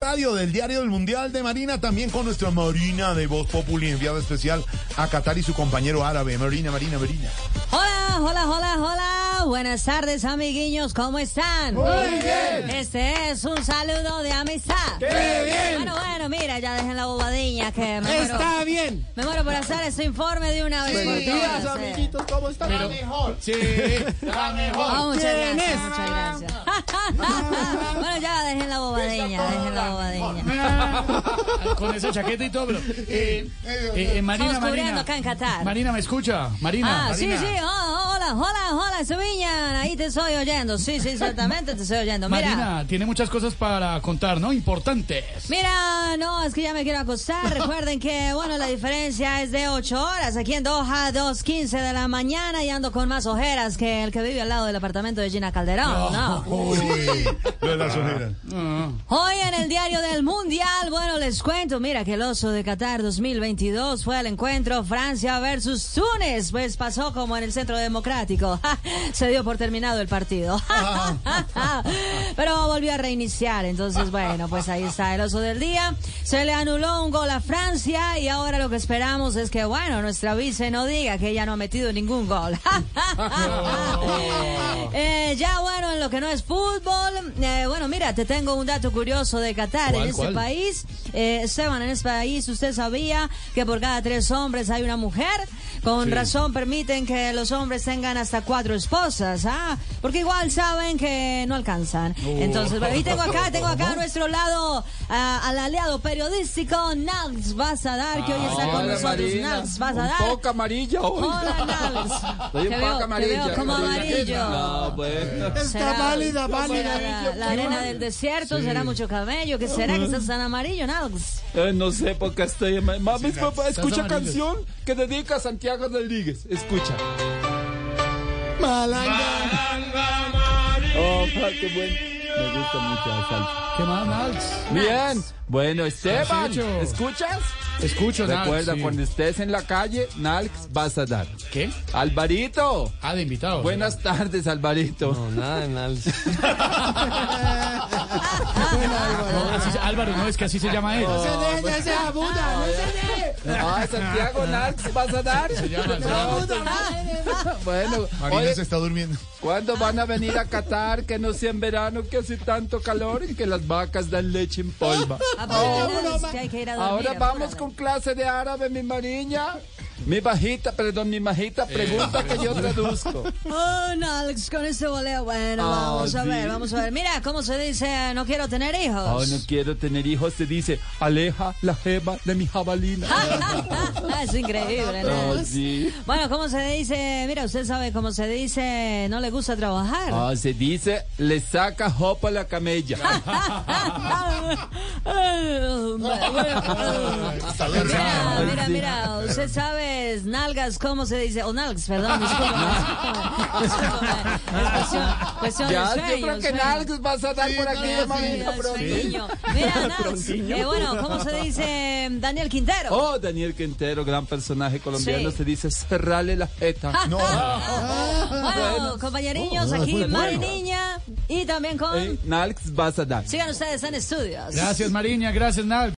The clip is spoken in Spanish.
estadio del Diario del Mundial de Marina, también con nuestra Marina de Voz Populi, enviada especial a Qatar y su compañero árabe. Marina. Hola. Buenas tardes, amiguiños, ¿cómo están? Muy bien. Este es un saludo de amistad. ¡Qué bien! Bueno, mira, ya dejen la bobadilla que me Está bien. Me muero por hacer este informe de una vez. Buenos días, amiguitos, ¿cómo están? La mejor. Sí, La mejor. Oh, muchas ¿Quién gracias, es? muchas gracias. Bueno, ya dejen la bobadilla. con esa chaqueta y todo, pero... Estamos cubriendo acá en Qatar. Marina, ¿me escucha? Marina. Sí. Hola, Seviñan. Ahí te estoy oyendo. Sí, ciertamente te estoy oyendo. Mira. Marina, tiene muchas cosas para contar, ¿no? Importantes. Mira, no, es que ya me quiero acostar. Recuerden que, bueno, la diferencia es de 8 horas. Aquí en Doha, 2:15 de la mañana y ando con más ojeras que el que vive al lado del apartamento de Gina Calderón, ¿no? Uy, lo de las ojeras. Hoy en el Diario del Mundial, bueno, les cuento, mira, que el oso de Qatar 2022 fue al encuentro Francia versus Túnez. Pues pasó como en el Centro Democrático. Se dio por terminado el partido. Pero volvió a reiniciar. Entonces, bueno, pues ahí está el oso del día. Se le anuló un gol a Francia y ahora lo que esperamos es que, bueno, nuestra vice no diga que ella no ha metido ningún gol. Ya, bueno, en lo que no es fútbol, bueno, mira, te tengo un dato curioso de Qatar. En este país, Esteban, en este país, ¿usted sabía que por cada 3 hombres hay una mujer? Con razón permiten que los hombres tengan hasta 4 esposas, porque igual saben que no alcanzan. Entonces, bueno, y tengo acá a nuestro lado al aliado periodístico Nals Bazadar, que hoy está con nosotros. Nals Bazadar. Un poco amarillo hoy. Hola, Nals. Estoy un poco amarillo. Te veo como amarillo. No, bueno. Está válida. La arena del desierto, será mucho cabello. ¿Qué será que estás tan amarillo, Nals? No sé por qué estoy... Mami, papá, escucha amarillo. Canción que dedica a Santiago Rodríguez. Escucha. Malanga. Oh, qué bueno. Me gusta mucho la salsa. ¿Qué más, Nals? Bien. Bueno, Esteban, Nacho. ¿escuchas? Escucho, Nals. Recuerda, sí. cuando estés en la calle, Nalx vas a dar. ¿Qué? Alvarito. De invitado. Buenas tardes, Alvarito. No, nada de Nals. Álvaro, no, es que así se llama él. Santiago Nalx vas a dar. Se llama. Bueno, Marina oye, se está durmiendo. ¿cuándo van a venir a Qatar? Que no sea en verano, que hace tanto calor y que las vacas dan leche en polvo. Que hay que ir a dormir, Ahora vamos apúrate. con clase de árabe, mi mariña. Mi majita pregunta que yo traduzco. Oh, no, Alex, con este voleo. Bueno, vamos a ver. Mira, ¿cómo se dice? No quiero tener hijos. Oh, no quiero tener hijos, se dice, aleja la jeva de mi jabalina. Es increíble, ¿no? Oh, sí. Bueno, ¿cómo se dice? Mira, usted sabe cómo se dice, no le gusta trabajar. Oh, se dice, le saca jopa a la camella. Mira, usted sabe, nalgas, ¿cómo se dice? O nalgas, perdón, disculpa. Es cuestión Ya, de yo sueño. creo que nalgas vas a dar por aquí, mamita, pronto. Mira, Nals, bueno, ¿cómo se dice Daniel Quintero? Oh, Daniel Quintero, gran personaje colombiano, Sí. se dice, cerrale la jeta. No. Bueno, compañeriños, aquí Mari Niña y también con... Nalgas vas a dar. Sigan ustedes en estudios. Gracias, Mariña. Gracias, Nal.